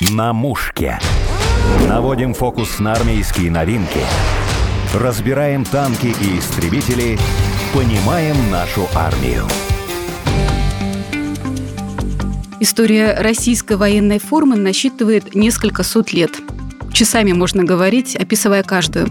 На мушке. Наводим фокус на армейские новинки. Разбираем танки и истребители. Понимаем нашу армию. История российской военной формы насчитывает несколько сот лет. Часами можно говорить, описывая каждую.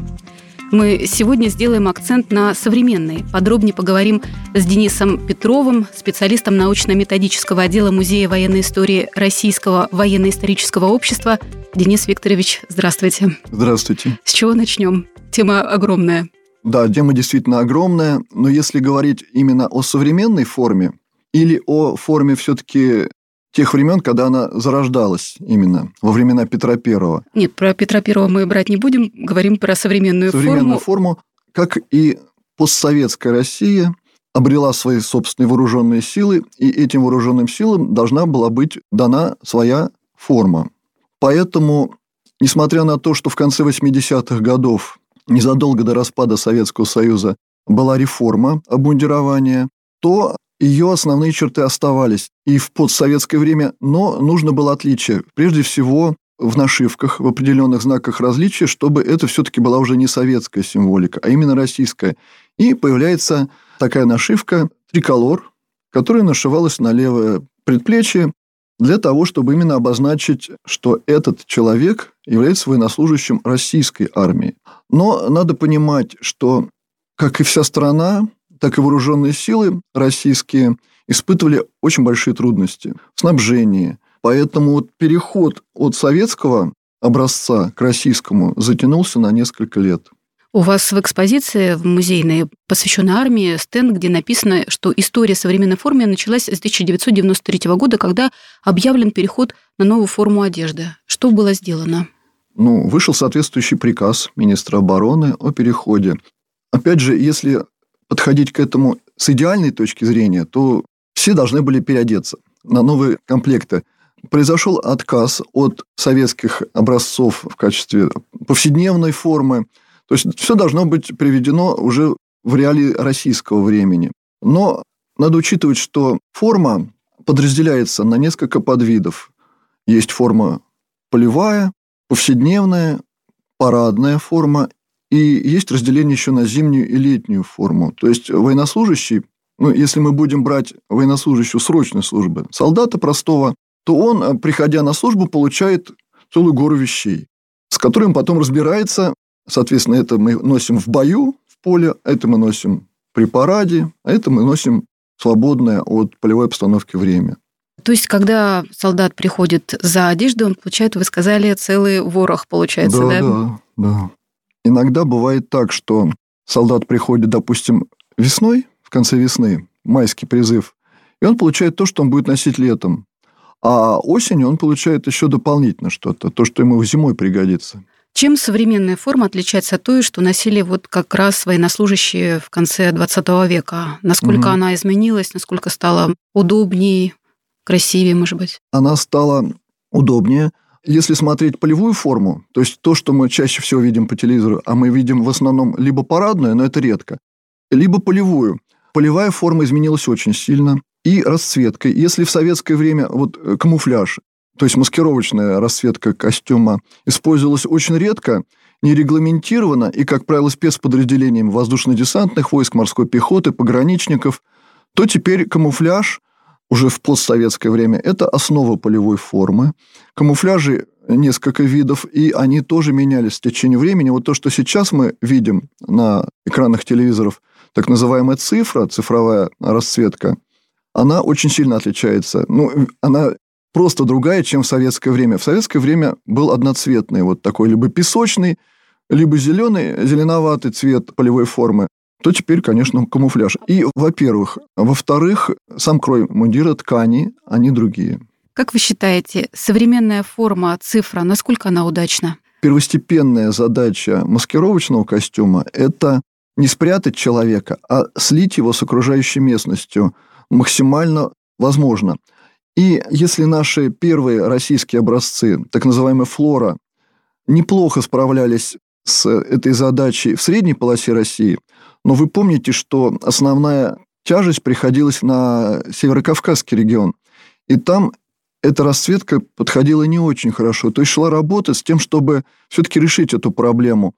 Мы сегодня сделаем акцент на современной. Подробнее поговорим с Денисом Петровым, специалистом научно-методического отдела Музея военной истории Российского военно-исторического общества. Денис Викторович, здравствуйте. Здравствуйте. С чего начнем? Тема огромная. Да, тема действительно огромная, но если говорить именно о современной форме или о форме все-таки тех времен, когда она зарождалась именно во времена Петра Первого. Нет, про Петра Первого мы брать не будем, говорим про современную форму. Современную форму, как и постсоветская Россия обрела свои собственные вооруженные силы, и этим вооруженным силам должна была быть дана своя форма. Поэтому, несмотря на то, что в конце 80-х годов, незадолго до распада Советского Союза, была реформа обмундирования, то ее основные черты оставались и в постсоветское время, но нужно было отличие. Прежде всего, в нашивках, в определенных знаках различия, чтобы это все-таки была уже не советская символика, а именно российская. И появляется такая нашивка триколор, которая нашивалась на левое предплечье для того, чтобы именно обозначить, что этот человек является военнослужащим российской армии. Но надо понимать, что, как и вся страна, так и вооруженные силы российские испытывали очень большие трудности в снабжении. Поэтому вот переход от советского образца к российскому затянулся на несколько лет. У вас в экспозиции в музейной, посвященной армии, стенд, где написано, что история современной формы началась с 1993 года, когда объявлен переход на новую форму одежды. Что было сделано? Вышел соответствующий приказ министра обороны о переходе. Опять же, если подходить к этому с идеальной точки зрения, то все должны были переодеться на новые комплекты. Произошел отказ от советских образцов в качестве повседневной формы. То есть все должно быть приведено уже в реалии российского времени. Но надо учитывать, что форма подразделяется на несколько подвидов. Есть форма полевая, повседневная, парадная форма. И есть разделение еще на зимнюю и летнюю форму. То есть военнослужащий, если мы будем брать военнослужащего срочной службы, солдата простого, то он, приходя на службу, получает целую гору вещей, с которыми потом разбирается. Соответственно, это мы носим в бою, в поле, это мы носим при параде, а это мы носим свободное от полевой обстановки время. То есть, когда солдат приходит за одеждой, он получает, вы сказали, целый ворох, получается, да? Да. Иногда бывает так, что солдат приходит, допустим, весной, в конце весны, майский призыв, и он получает то, что он будет носить летом. А осенью он получает еще дополнительно что-то, то, что ему зимой пригодится. Чем современная форма отличается от той, что носили вот как раз военнослужащие в конце 20 века? Насколько она изменилась, насколько стала удобнее, красивее, может быть? Она стала удобнее. Если смотреть полевую форму, то есть то, что мы чаще всего видим по телевизору, а мы видим в основном либо парадную, но это редко, либо полевую. Полевая форма изменилась очень сильно. И расцветкой. Если в советское время камуфляж, то есть маскировочная расцветка костюма, использовалась очень редко, нерегламентированно и, как правило, спецподразделением воздушно-десантных войск, морской пехоты, пограничников, то теперь камуфляж уже в постсоветское время – это основа полевой формы. Камуфляжи несколько видов, и они тоже менялись в течение времени. Вот то, что сейчас мы видим на экранах телевизоров, так называемая цифровая расцветка, она очень сильно отличается. Она просто другая, чем в советское время. В советское время был одноцветный, такой либо песочный, либо зеленый, зеленоватый цвет полевой формы. То теперь, конечно, камуфляж. И, во-первых. Во-вторых, сам крой мундира, ткани, они другие. Как вы считаете, современная форма, цифра, насколько она удачна? Первостепенная задача маскировочного костюма – это не спрятать человека, а слить его с окружающей местностью максимально возможно. И если наши первые российские образцы, так называемая флора, неплохо справлялись с этой задачей в средней полосе России, но вы помните, что основная тяжесть приходилась на Северокавказский регион. И там эта расцветка подходила не очень хорошо. То есть шла работа с тем, чтобы все-таки решить эту проблему.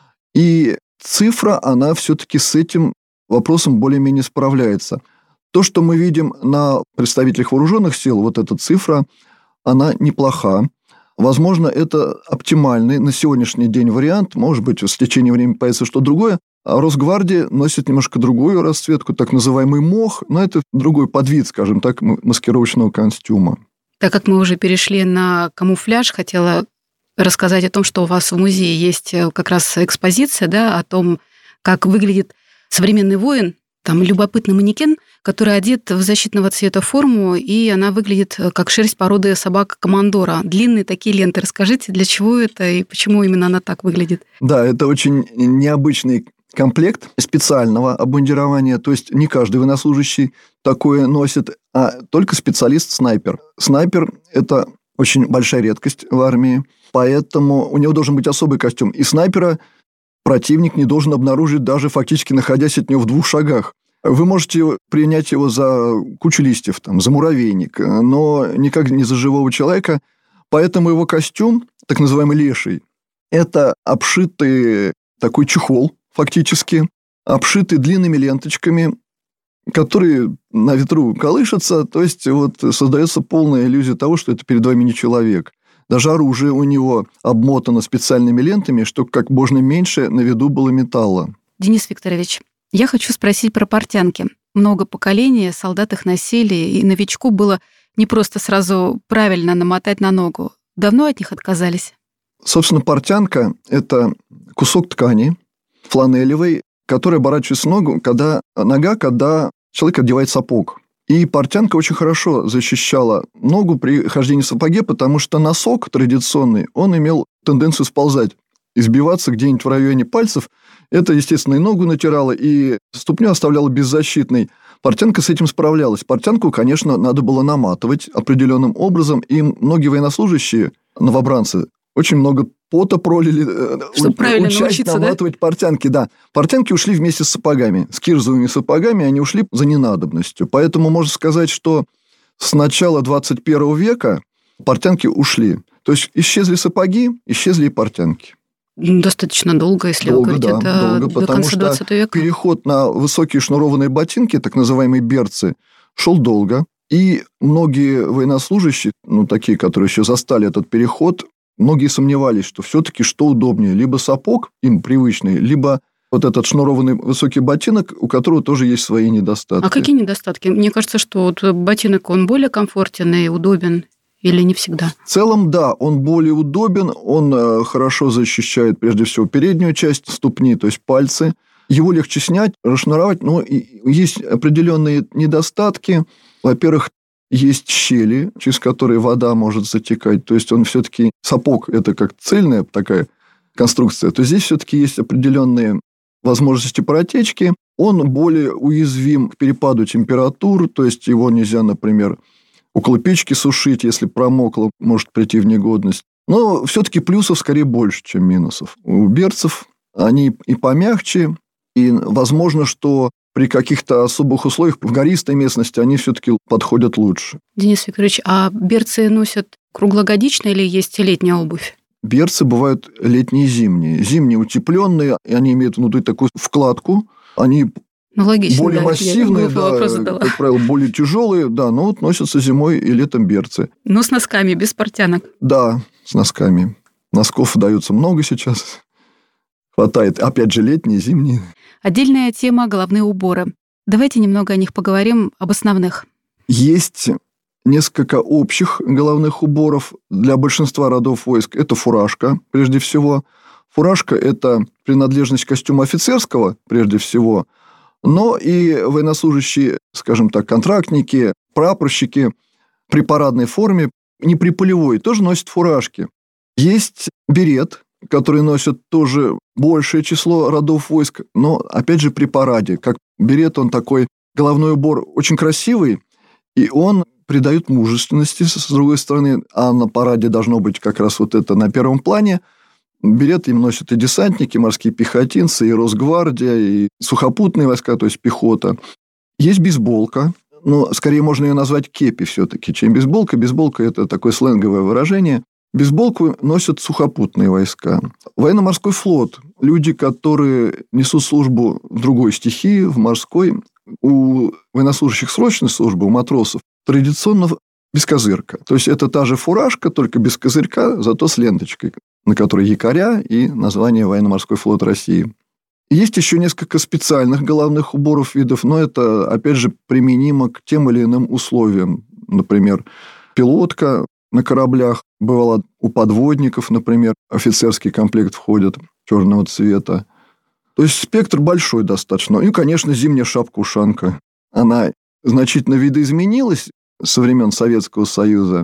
И цифра, она все-таки с этим вопросом более-менее справляется. То, что мы видим на представителях вооруженных сил, вот эта цифра, она неплоха. Возможно, это оптимальный на сегодняшний день вариант. Может быть, с течением времени появится что-то другое. А Росгвардия носит немножко другую расцветку, так называемый мох, но это другой подвид, скажем так, маскировочного костюма. Так как мы уже перешли на камуфляж, хотела рассказать о том, что у вас в музее есть как раз экспозиция, да, о том, как выглядит современный воин. Там любопытный манекен, который одет в защитного цвета форму, и она выглядит как шерсть породы собак-командора. Длинные такие ленты. Расскажите, для чего это и почему именно она так выглядит? Да, это очень необычный комплект специального обмундирования. То есть не каждый военнослужащий такое носит, а только специалист-снайпер. Снайпер – это очень большая редкость в армии, поэтому у него должен быть особый костюм. И снайпера противник не должен обнаружить, даже фактически находясь от него в 2 шагах. Вы можете принять его за кучу листьев, там, за муравейник, но никак не за живого человека. Поэтому его костюм, так называемый леший, это обшитый такой чехол, фактически, обшитый длинными ленточками, которые на ветру колышутся. То есть вот создается полная иллюзия того, что это перед вами не человек. Даже оружие у него обмотано специальными лентами, чтобы как можно меньше на виду было металла. Денис Викторович, я хочу спросить про портянки. Много поколений солдат их носили, и новичку было не просто сразу правильно намотать на ногу. Давно от них отказались? Собственно, портянка – это кусок ткани фланелевой, который оборачивается нога, когда человек одевает сапог. И портянка очень хорошо защищала ногу при хождении в сапоге, потому что носок традиционный, он имел тенденцию сползать, избиваться где-нибудь в районе пальцев. Это, естественно, и ногу натирало, и ступню оставляло беззащитной. Портянка с этим справлялась. Портянку, конечно, надо было наматывать определенным образом, и многие военнослужащие, новобранцы, очень много пота пролили, чтобы правильно научиться, наматывать, да? Портянки, да. Портянки ушли вместе с сапогами. С кирзовыми сапогами они ушли за ненадобностью. Поэтому можно сказать, что с начала 21 века портянки ушли. То есть исчезли сапоги, исчезли и портянки. Достаточно долго, если вы говорите, долго, до конца 20 века. Переход на высокие шнурованные ботинки, так называемые берцы, шел долго. И многие военнослужащие, такие, которые еще застали этот переход, многие сомневались, что все-таки что удобнее, либо сапог им привычный, либо вот этот шнурованный высокий ботинок, у которого тоже есть свои недостатки. А какие недостатки? Мне кажется, что вот ботинок, он более комфортен и удобен, или не всегда? В целом, да, он более удобен, он хорошо защищает, прежде всего, переднюю часть ступни, то есть пальцы. Его легче снять, расшнуровать, но есть определенные недостатки. Во-первых, есть щели, через которые вода может затекать. То есть он все-таки сапог – это как цельная такая конструкция. То здесь все-таки есть определенные возможности протечки. Он более уязвим к перепаду температур. То есть его нельзя, например, около печки сушить. Если промокло, может прийти в негодность. Но все-таки плюсов скорее больше, чем минусов. У берцев они и помягче, и возможно, что при каких-то особых условиях в гористой местности они все-таки подходят лучше. Денис Викторович, а берцы носят круглогодично или есть летняя обувь? Берцы бывают летние и зимние. Зимние утепленные, и они имеют внутри такую вкладку. Они логично, более массивные, как правило, более тяжелые, но вот носятся зимой и летом берцы. Но с носками, без портянок. Да, с носками. Носков дается много сейчас. Хватает, опять же, летние, зимние. Отдельная тема – головные уборы. Давайте немного о них поговорим, об основных. Есть несколько общих головных уборов для большинства родов войск. Это фуражка, прежде всего. Фуражка – это принадлежность костюма офицерского, прежде всего, но и военнослужащие, скажем так, контрактники, прапорщики при парадной форме, не при полевой, тоже носят фуражки. Есть берет, который носят тоже большее число родов войск, но, опять же, при параде. Как берет, он такой головной убор очень красивый, и он придает мужественности, с другой стороны, а на параде должно быть как раз вот это на первом плане. Берет им носят и десантники, и морские пехотинцы, и Росгвардия, и сухопутные войска, то есть пехота. Есть бейсболка, скорее можно ее назвать кепи все-таки, чем бейсболка. Бейсболка – это такое сленговое выражение. Бейсболку носят сухопутные войска. Военно-морской флот – люди, которые несут службу в другой стихии, в морской. У военнослужащих срочной службы, у матросов, традиционно бескозырка. То есть, это та же фуражка, только без козырька, зато с ленточкой, на которой якоря и название Военно-морской флот России. Есть еще несколько специальных головных уборов видов, но это, опять же, применимо к тем или иным условиям. Например, пилотка на кораблях, бывало у подводников, например, офицерский комплект входит черного цвета. То есть, спектр большой достаточно. И, конечно, зимняя шапка-ушанка. Она значительно видоизменилась со времен Советского Союза.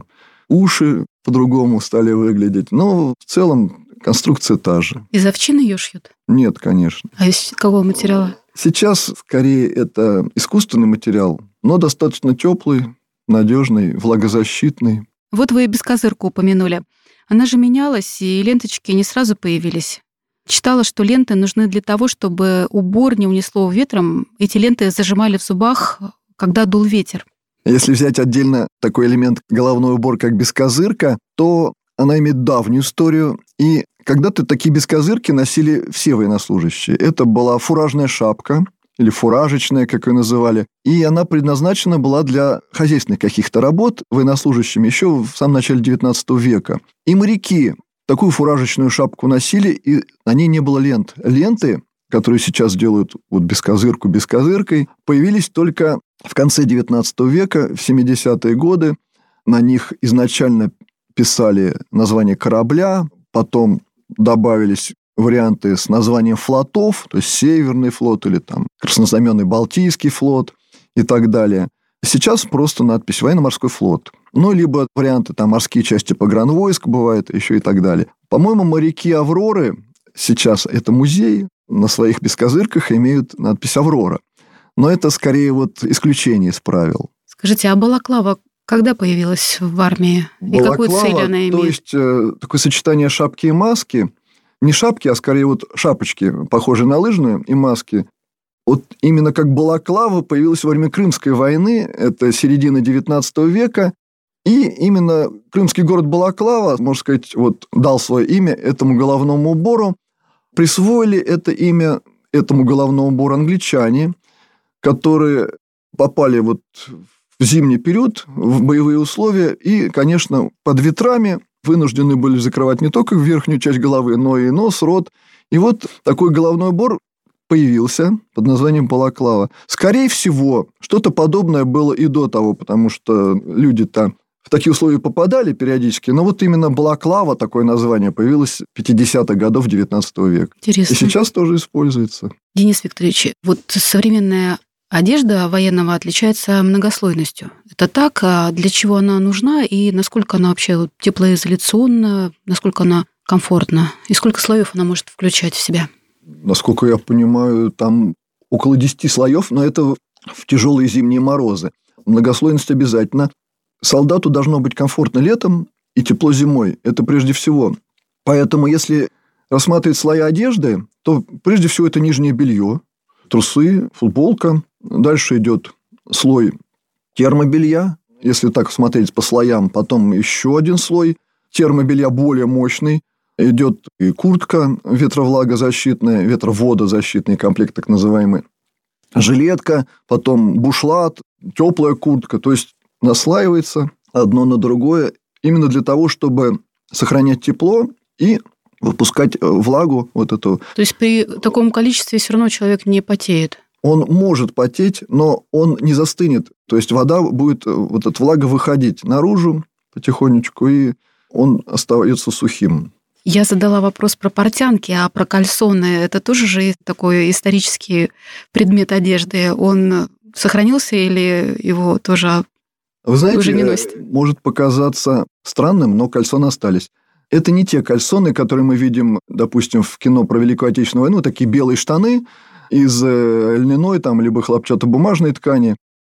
Уши по-другому стали выглядеть. Но в целом конструкция та же. Из овчины ее шьют? Нет, конечно. А из какого материала? Сейчас, скорее, это искусственный материал, но достаточно теплый, надежный, влагозащитный. Вот вы и бескозырку упомянули. Она же менялась, и ленточки не сразу появились. Читала, что ленты нужны для того, чтобы убор не унесло ветром. Эти ленты зажимали в зубах, когда дул ветер. Если взять отдельно такой элемент головной убор, как бескозырка, то она имеет давнюю историю. И когда-то такие бескозырки носили все военнослужащие. Это была фуражная шапка, или фуражечная, как ее называли. И она предназначена была для хозяйственных каких-то работ военнослужащими еще в самом начале XIX века. И моряки такую фуражечную шапку носили, и на ней не было лент. Ленты, которые сейчас делают бескозырку бескозыркой, появились только в конце XIX века, в 70-е годы. На них изначально писали название корабля, потом добавились варианты с названием флотов, то есть Северный флот или там краснознаменный Балтийский флот и так далее. Сейчас просто надпись «Военно-морской флот». Либо варианты там морские части погранвойск бывают, еще и так далее. По-моему, моряки «Авроры», сейчас это музей, на своих бескозырках имеют надпись «Аврора». Но это скорее исключение из правил. Скажите, а балаклава когда появилась в армии? И какую цель она имеет? То есть, такое сочетание шапки и маски. Не шапки, а скорее шапочки, похожие на лыжную, и маски. Именно как балаклава появилась во время Крымской войны, это середина XIX века, и именно крымский город Балаклава, можно сказать, дал свое имя этому головному убору. Присвоили это имя этому головному убору англичане, которые попали в зимний период, в боевые условия, и, конечно, под ветрами вынуждены были закрывать не только верхнюю часть головы, но и нос, рот. И такой головной убор появился под названием балаклава. Скорее всего, что-то подобное было и до того, потому что люди-то в такие условия попадали периодически, но именно балаклава, такое название, появилось в 50-х годов XIX века. Интересно. И сейчас тоже используется. Денис Викторович, современная одежда военного отличается многослойностью. Это так? А для чего она нужна? И насколько она вообще теплоизоляционна? Насколько она комфортна? И сколько слоев она может включать в себя? Насколько я понимаю, там около 10 слоев, но это в тяжелые зимние морозы. Многослойность обязательно. Солдату должно быть комфортно летом и тепло зимой. Это прежде всего. Поэтому, если рассматривать слои одежды, то прежде всего это нижнее белье, трусы, футболка. Дальше идет слой термобелья. Если так смотреть по слоям, потом еще один слой термобелья более мощный. Идет и куртка ветровлагозащитная, ветроводозащитный комплект так называемый. Жилетка, потом бушлат, теплая куртка. То есть наслаивается одно на другое именно для того, чтобы сохранять тепло и выпускать влагу эту. То есть при таком количестве все равно человек не потеет? Он может потеть, но он не застынет. То есть вода будет, эта влага выходить наружу потихонечку, и он остается сухим. Я задала вопрос про портянки, а про кальсоны. Это тоже же такой исторический предмет одежды. Он сохранился или его тоже Вы знаете, уже не носят? Может показаться странным, но кальсоны остались. Это не те кальсоны, которые мы видим, допустим, в кино про Великую Отечественную войну, такие белые штаны из льняной либо хлопчатобумажной ткани.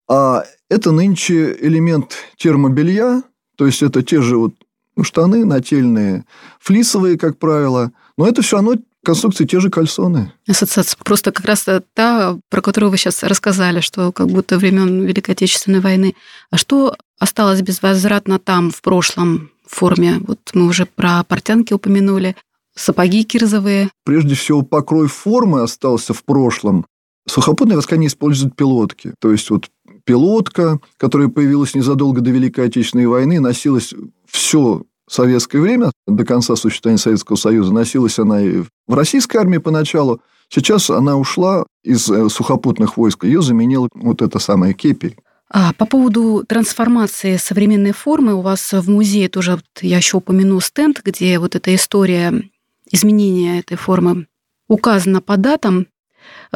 А это нынче элемент термобелья, то есть это те же штаны нательные, флисовые, как правило, но это все равно Конструкции те же кальсоны. Ассоциация просто как раз та, про которую вы сейчас рассказали, что как будто времен Великой Отечественной войны. А что осталось безвозвратно там, в прошлом, в форме? Вот мы уже про портянки упомянули, сапоги кирзовые. Прежде всего, покрой формы остался в прошлом. Сухопутные войска не используют пилотки. То есть, вот пилотка, которая появилась незадолго до Великой Отечественной войны, носилась все советское время, до конца существования Советского Союза, носилась она и в российской армии поначалу. Сейчас она ушла из сухопутных войск, ее заменила вот эта самая кепи. А по поводу трансформации современной формы, у вас в музее тоже, я еще упомяну стенд, где вот эта история изменения этой формы указана по датам. В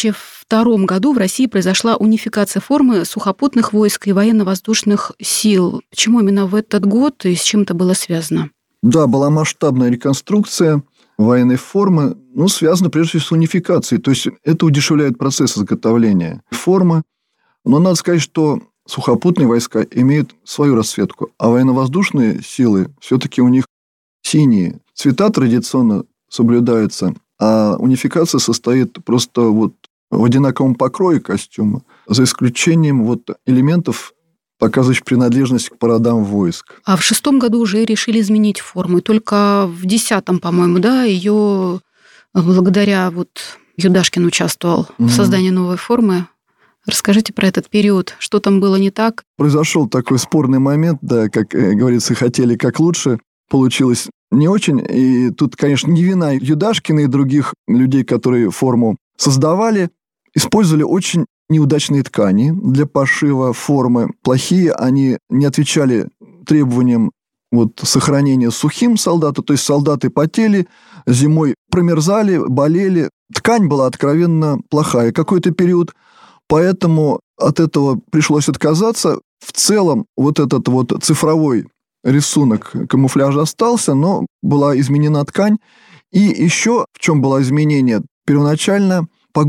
2002 году в России произошла унификация формы сухопутных войск и военно-воздушных сил. Почему именно в этот год и с чем это было связано? Да, была масштабная реконструкция военной формы, связана прежде всего с унификацией. То есть, это удешевляет процесс изготовления формы. Но надо сказать, что сухопутные войска имеют свою расцветку, а военно-воздушные силы все-таки у них синие. Цвета традиционно соблюдаются, а унификация состоит просто вот в одинаковом покрое костюма, за исключением элементов, показывающих принадлежность к парадам войск. А в 2006 году уже решили изменить форму, и только в 2010, по-моему, ее благодаря Юдашкин участвовал в создании новой формы. Расскажите про этот период, что там было не так? Произошел такой спорный момент, да, как говорится, хотели как лучше, получилось не очень. И тут, конечно, не вина Юдашкина и других людей, которые форму создавали. Использовали очень неудачные ткани для пошива формы. Плохие, они не отвечали требованиям сохранения сухим солдата. То есть солдаты потели, зимой промерзали, болели. Ткань была откровенно плохая какой-то период. Поэтому от этого пришлось отказаться. В целом этот цифровой рисунок камуфляжа остался, но была изменена ткань. И еще в чем было изменение? Первоначально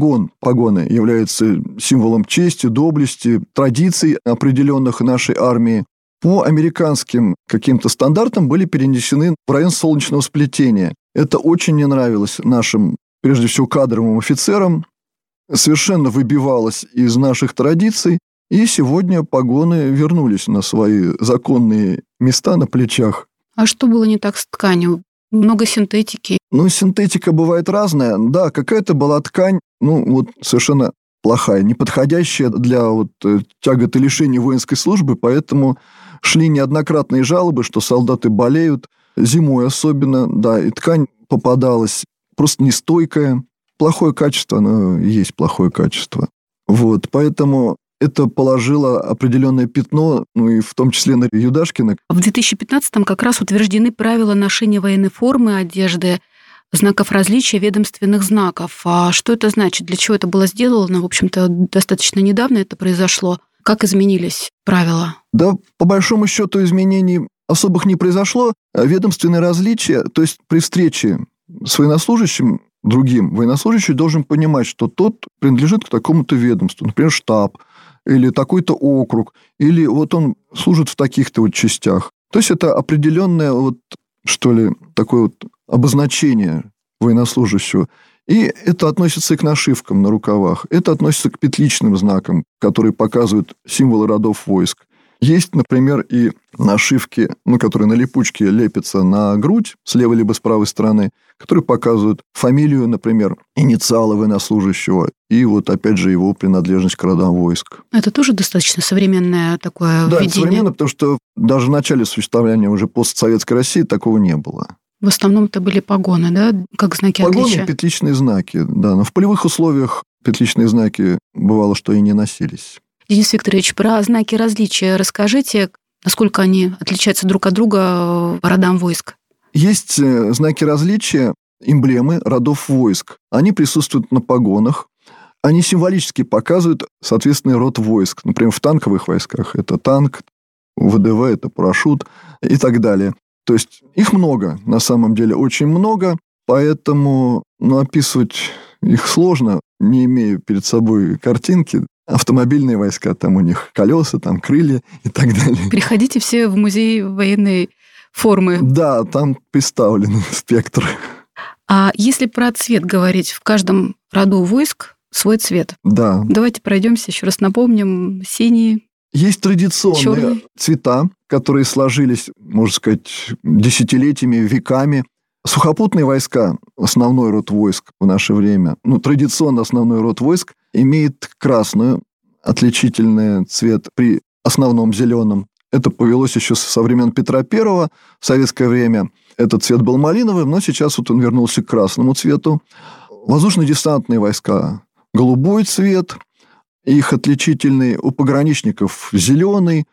погоны являются символом чести, доблести, традиций определенных нашей армии. По американским каким-то стандартам были перенесены в район солнечного сплетения. Это очень не нравилось нашим, прежде всего, кадровым офицерам. Совершенно выбивалось из наших традиций. И сегодня погоны вернулись на свои законные места на плечах. А что было не так с тканью? Много синтетики. Синтетика бывает разная. Да, какая-то была ткань, совершенно плохая, неподходящая для тягот и лишений воинской службы, поэтому шли неоднократные жалобы, что солдаты болеют, зимой особенно, да, и ткань попадалась просто нестойкая. Плохое качество, оно и есть плохое качество. Поэтому это положило определенное пятно, и в том числе на Юдашкина. В 2015-м как раз утверждены правила ношения военной формы, одежды, знаков различия, ведомственных знаков. А что это значит? Для чего это было сделано? В общем-то, достаточно недавно это произошло. Как изменились правила? Да, по большому счету изменений особых не произошло. Ведомственные различия, то есть при встрече с военнослужащим, другим военнослужащий должен понимать, что тот принадлежит к такому-то ведомству, например, штаб, или такой-то округ, или он служит в таких-то частях. То есть это определенное такое обозначение военнослужащего. И это относится и к нашивкам на рукавах. Это относится к петличным знакам, которые показывают символы родов войск. Есть, например, и нашивки, которые на липучке лепятся на грудь с левой либо с правой стороны, которые показывают фамилию, например, инициалы военнослужащего и опять же его принадлежность к родам войск. Это тоже достаточно современное такое введение? Да, это современно, потому что даже в начале существования уже постсоветской России такого не было. В основном это были погоны, да, как знаки отличия? Погоны, петличные знаки, да. Но в полевых условиях петличные знаки бывало, что и не носились. Денис Викторович, про знаки различия расскажите, насколько они отличаются друг от друга по родам войск? Есть знаки различия, эмблемы родов войск. Они присутствуют на погонах. Они символически показывают соответственный род войск. Например, в танковых войсках это танк, ВДВ это парашют и так далее. То есть их много, на самом деле очень много, поэтому описывать их сложно, не имея перед собой картинки. Автомобильные войска, там у них колеса, там крылья и так далее. Приходите все в музей военной формы. Да, там представлен спектр. А если про цвет говорить, в каждом роду войск свой цвет. Да. Давайте пройдемся, еще раз напомним. Синий. Есть традиционные черный. Цвета, которые сложились, можно сказать, десятилетиями, веками. Сухопутные войска, основной род войск в наше время, традиционно основной род войск, имеет красную, отличительный цвет при основном зеленом. Это повелось еще со времен Петра I. В советское время этот цвет был малиновым, но сейчас вот он вернулся к красному цвету. Воздушно-десантные войска – голубой цвет. Их отличительный у пограничников – зеленый.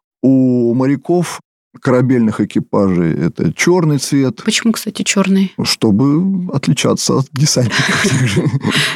У моряков корабельных экипажей это черный цвет. Почему, кстати, черный? Чтобы отличаться от десантников.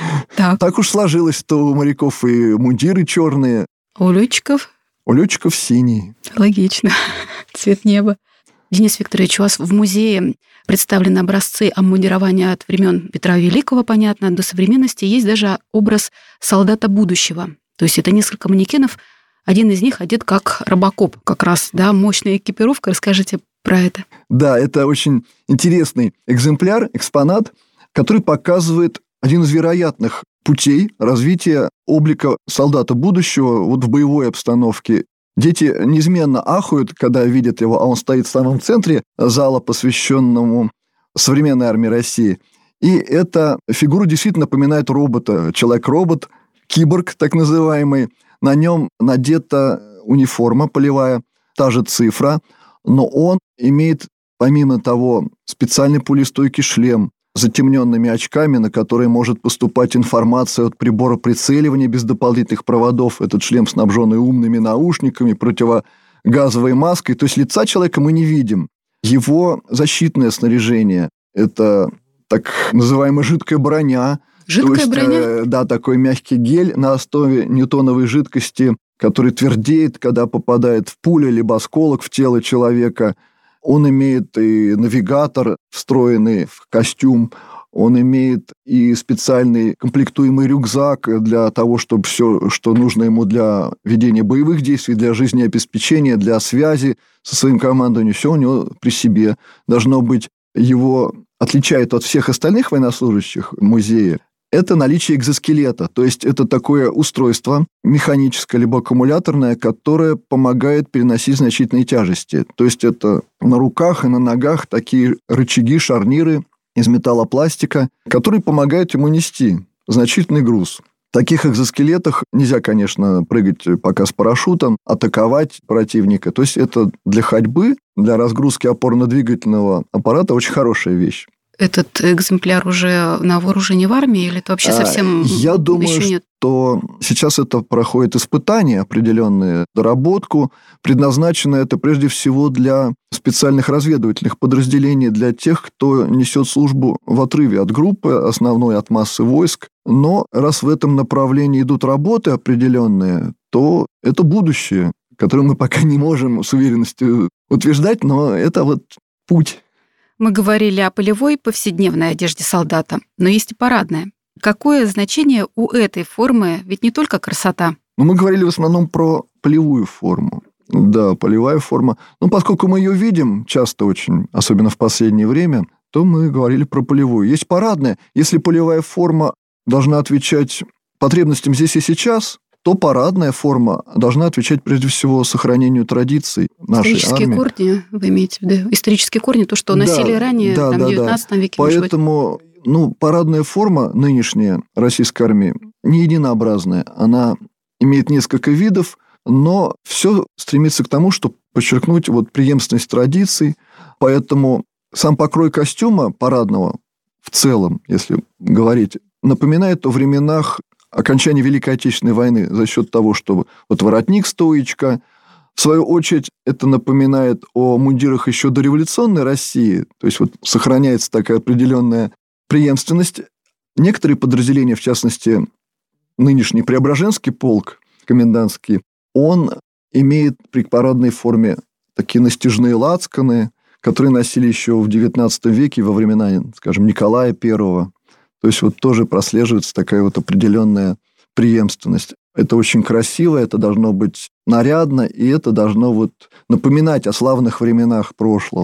Так уж сложилось, что у моряков и мундиры черные. А у летчиков? У летчиков синий. Логично. Цвет неба. Денис Викторович, у вас в музее представлены образцы обмундирования от времен Петра Великого, понятно, до современности. Есть даже образ солдата будущего. То есть это несколько манекенов. Один из них одет как робокоп, как раз, да, мощная экипировка. Расскажите про это. Да, это очень интересный экземпляр, экспонат, который показывает один из вероятных путей развития облика солдата будущего вот в боевой обстановке. Дети неизменно ахают, когда видят его, а он стоит в самом центре зала, посвященному современной армии России. И эта фигура действительно напоминает робота, человек-робот, киборг так называемый. На нем надета униформа полевая, та же цифра, но он имеет, помимо того, специальный пулестойкий шлем с затемненными очками, на которые может поступать информация от прибора прицеливания без дополнительных проводов. Этот шлем снабжен умными наушниками, противогазовой маской. То есть лица человека мы не видим. Его защитное снаряжение – это так называемая жидкая броня. Жидкая броня? Да, такой мягкий гель на основе ньютоновой жидкости, который твердеет, когда попадает в пулю либо осколок в тело человека. Он имеет и навигатор, встроенный в костюм. Он имеет и специальный комплектуемый рюкзак для того, чтобы все, что нужно ему для ведения боевых действий, для жизнеобеспечения, для связи со своим командованием, все у него при себе. Должно быть, его отличает от всех остальных военнослужащих музея. Это наличие экзоскелета, то есть это такое устройство механическое либо аккумуляторное, которое помогает переносить значительные тяжести. То есть это на руках и на ногах такие рычаги, шарниры из металлопластика, которые помогают ему нести значительный груз. В таких экзоскелетах нельзя, конечно, прыгать пока с парашютом, атаковать противника. То есть это для ходьбы, для разгрузки опорно-двигательного аппарата очень хорошая вещь. Этот экземпляр уже на вооружении в армии или это вообще совсем Я думаю, еще нет? Что сейчас это проходит испытания определенные, доработку. Предназначено это прежде всего для специальных разведывательных подразделений, для тех, кто несет службу в отрыве от группы, основной от массы войск. Но раз в этом направлении идут работы определенные, то это будущее, которое мы пока не можем с уверенностью утверждать, но это вот путь. Мы говорили о полевой повседневной одежде солдата, но есть и парадная. Какое значение у этой формы? Ведь не только красота. Мы говорили в основном про полевую форму. Да, полевая форма. Но поскольку мы ее видим часто очень, особенно в последнее время, то мы говорили про полевую. Есть парадная. Если полевая форма должна отвечать потребностям здесь и сейчас, то парадная форма должна отвечать прежде всего сохранению традиций нашей Исторические армии. Корни, вы имеете в виду? Исторические корни, то, что носили ранее, в 19 веке. Поэтому парадная форма нынешняя российской армии не единообразная. Она имеет несколько видов, но все стремится к тому, чтобы подчеркнуть преемственность традиций. Поэтому сам покрой костюма парадного в целом, если говорить, напоминает о временах окончания Великой Отечественной войны за счет того, что воротник-стоечка. В свою очередь, это напоминает о мундирах еще дореволюционной России. То есть сохраняется такая определенная преемственность. Некоторые подразделения, в частности, нынешний Преображенский полк комендантский, он имеет при парадной форме такие настежные лацканы, которые носили еще в XIX веке во времена, скажем, Николая I. То есть тоже прослеживается такая определенная преемственность. Это очень красиво, это должно быть нарядно, и это должно напоминать о славных временах прошлого.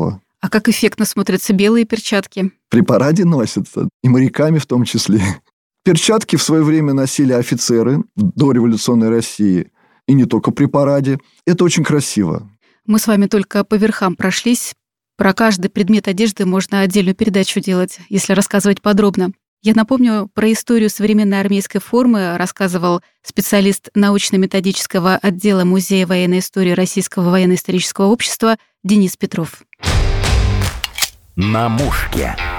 А как эффектно смотрятся белые перчатки? При параде носятся, и моряками в том числе. Перчатки в свое время носили офицеры в дореволюционной России, и не только при параде. Это очень красиво. Мы с вами только по верхам прошлись. Про каждый предмет одежды можно отдельную передачу делать, если рассказывать подробно. Я напомню, про историю современной армейской формы рассказывал специалист научно-методического отдела Музея военной истории Российского военно-исторического общества Денис Петров. На мушке.